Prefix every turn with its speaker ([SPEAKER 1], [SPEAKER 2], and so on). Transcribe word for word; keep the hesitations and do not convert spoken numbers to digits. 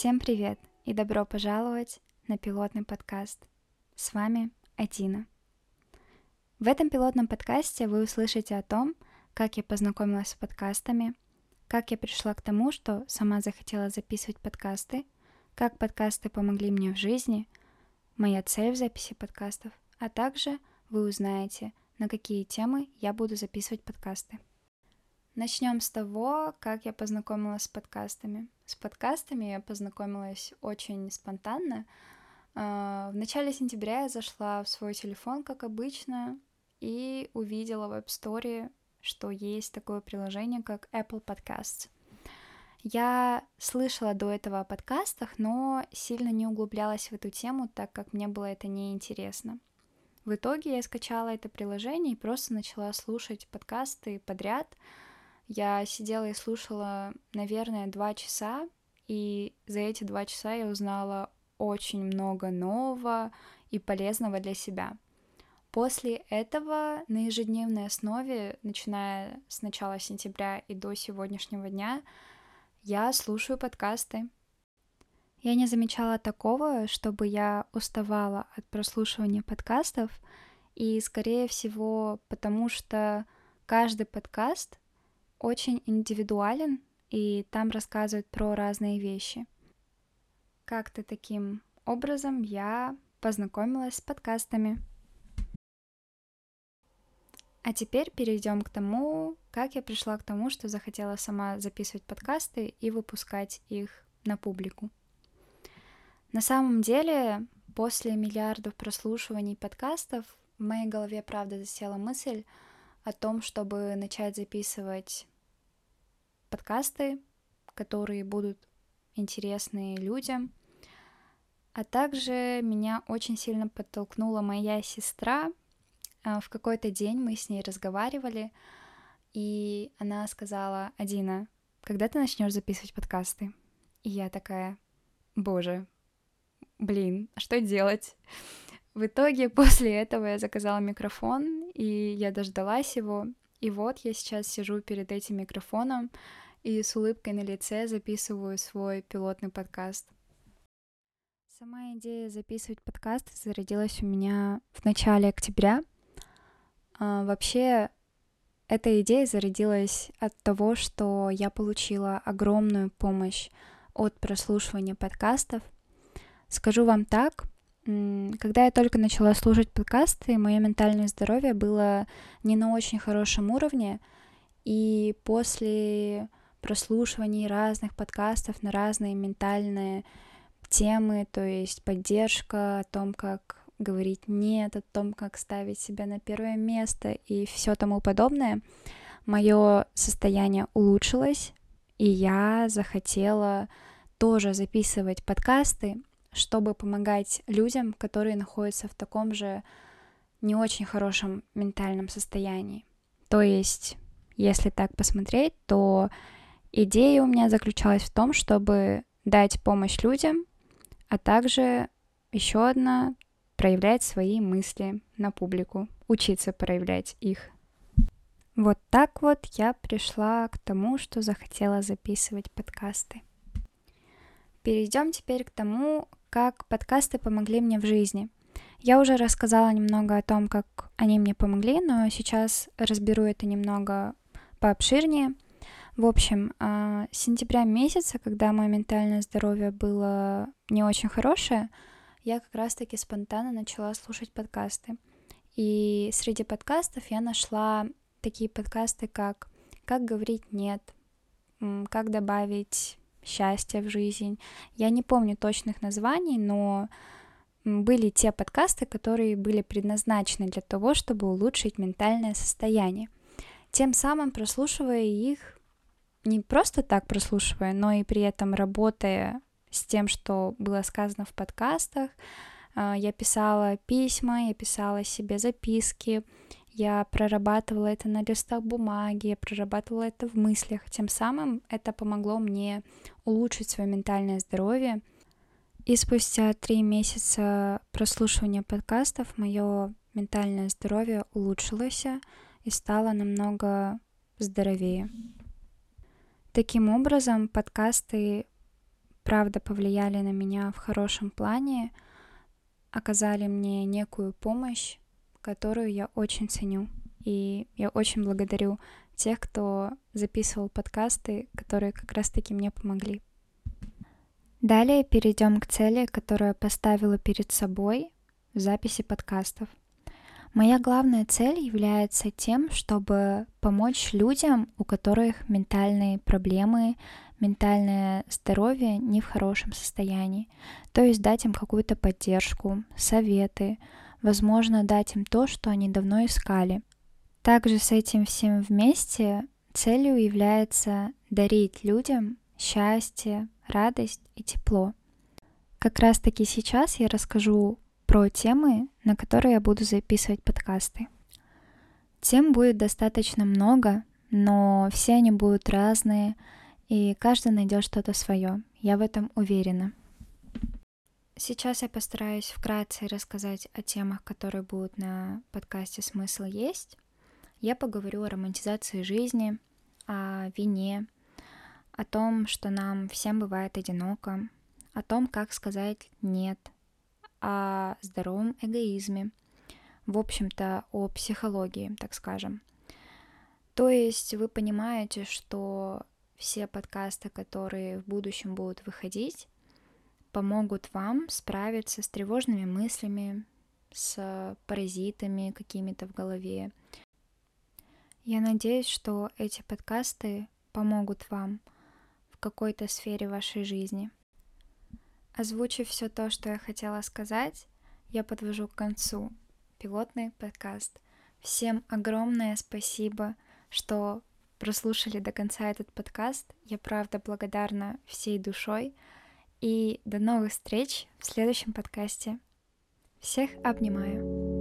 [SPEAKER 1] Всем привет и добро пожаловать на пилотный подкаст. С вами Адина. В этом пилотном подкасте вы услышите о том, как я познакомилась с подкастами, как я пришла к тому, что сама захотела записывать подкасты, как подкасты помогли мне в жизни, моя цель в записи подкастов, а также вы узнаете, на какие темы я буду записывать подкасты. Начнем с того, как я познакомилась с подкастами. С подкастами я познакомилась очень спонтанно. В начале сентября я зашла в свой телефон, как обычно, и увидела в App Store, что есть такое приложение, как Apple Podcasts. Я слышала до этого о подкастах, но сильно не углублялась в эту тему, так как мне было это неинтересно. В итоге я скачала это приложение и просто начала слушать подкасты подряд. Я сидела и слушала, наверное, два часа, и за эти два часа я узнала очень много нового и полезного для себя. После этого на ежедневной основе, начиная с начала сентября и до сегодняшнего дня, я слушаю подкасты. Я не замечала такого, чтобы я уставала от прослушивания подкастов, и, скорее всего, потому что каждый подкаст очень индивидуален, и там рассказывают про разные вещи. Как-то таким образом я познакомилась с подкастами. А теперь перейдем к тому, как я пришла к тому, что захотела сама записывать подкасты и выпускать их на публику. На самом деле, после миллиардов прослушиваний подкастов в моей голове, правда, засела мысль о том, чтобы начать записывать подкасты, которые будут интересны людям. А также меня очень сильно подтолкнула моя сестра. В какой-то день мы с ней разговаривали, и она сказала: «Адина, когда ты начнешь записывать подкасты?» И я такая: «Боже, блин, что делать?» В итоге после этого я заказала микрофон, и я дождалась его. И вот я сейчас сижу перед этим микрофоном и с улыбкой на лице записываю свой пилотный подкаст. Сама идея записывать подкасты зародилась у меня в начале октября. А, вообще, эта идея зародилась от того, что я получила огромную помощь от прослушивания подкастов. Скажу вам так, когда я только начала слушать подкасты, мое ментальное здоровье было не на очень хорошем уровне, и после прослушиваний разных подкастов на разные ментальные темы, то есть поддержка, о том, как говорить «нет», о том, как ставить себя на первое место и все тому подобное, мое состояние улучшилось, и я захотела тоже записывать подкасты, чтобы помогать людям, которые находятся в таком же не очень хорошем ментальном состоянии. То есть, если так посмотреть, то идея у меня заключалась в том, чтобы дать помощь людям, а также еще одна — проявлять свои мысли на публику, учиться проявлять их. Вот так вот я пришла к тому, что захотела записывать подкасты. Перейдем теперь к тому, как подкасты помогли мне в жизни. Я уже рассказала немного о том, как они мне помогли, но сейчас разберу это немного пообширнее. В общем, с сентября месяца, когда мое ментальное здоровье было не очень хорошее, я как раз-таки спонтанно начала слушать подкасты. И среди подкастов я нашла такие подкасты, как «Как говорить нет», «Как добавить счастье в жизнь». Я не помню точных названий, но были те подкасты, которые были предназначены для того, чтобы улучшить ментальное состояние. Тем самым, прослушивая их, не просто так прослушивая, но и при этом работая с тем, что было сказано в подкастах, я писала письма, я писала себе записки, я прорабатывала это на листах бумаги, я прорабатывала это в мыслях. Тем самым это помогло мне улучшить свое ментальное здоровье. И спустя три месяца прослушивания подкастов мое ментальное здоровье улучшилось и стало намного здоровее. Таким образом, подкасты правда повлияли на меня в хорошем плане, оказали мне некую помощь, которую я очень ценю. И я очень благодарю тех, кто записывал подкасты, которые как раз-таки мне помогли. Далее перейдем к цели, которую я поставила перед собой в записи подкастов. Моя главная цель является тем, чтобы помочь людям, у которых ментальные проблемы, ментальное здоровье не в хорошем состоянии. То есть дать им какую-то поддержку, советы, возможно, дать им то, что они давно искали. Также с этим всем вместе целью является дарить людям счастье, радость и тепло. Как раз таки сейчас я расскажу про темы, на которые я буду записывать подкасты. Тем будет достаточно много, но все они будут разные, и каждый найдет что-то свое. Я в этом уверена. Сейчас я постараюсь вкратце рассказать о темах, которые будут на подкасте «Смысл есть». Я поговорю о романтизации жизни, о вине, о том, что нам всем бывает одиноко, о том, как сказать «нет», о здоровом эгоизме, в общем-то, о психологии, так скажем. То есть вы понимаете, что все подкасты, которые в будущем будут выходить, помогут вам справиться с тревожными мыслями, с паразитами какими-то в голове. Я надеюсь, что эти подкасты помогут вам в какой-то сфере вашей жизни. Озвучив все то, что я хотела сказать, я подвожу к концу пилотный подкаст. Всем огромное спасибо, что прослушали до конца этот подкаст. Я правда благодарна всей душой. И до новых встреч в следующем подкасте. Всех обнимаю.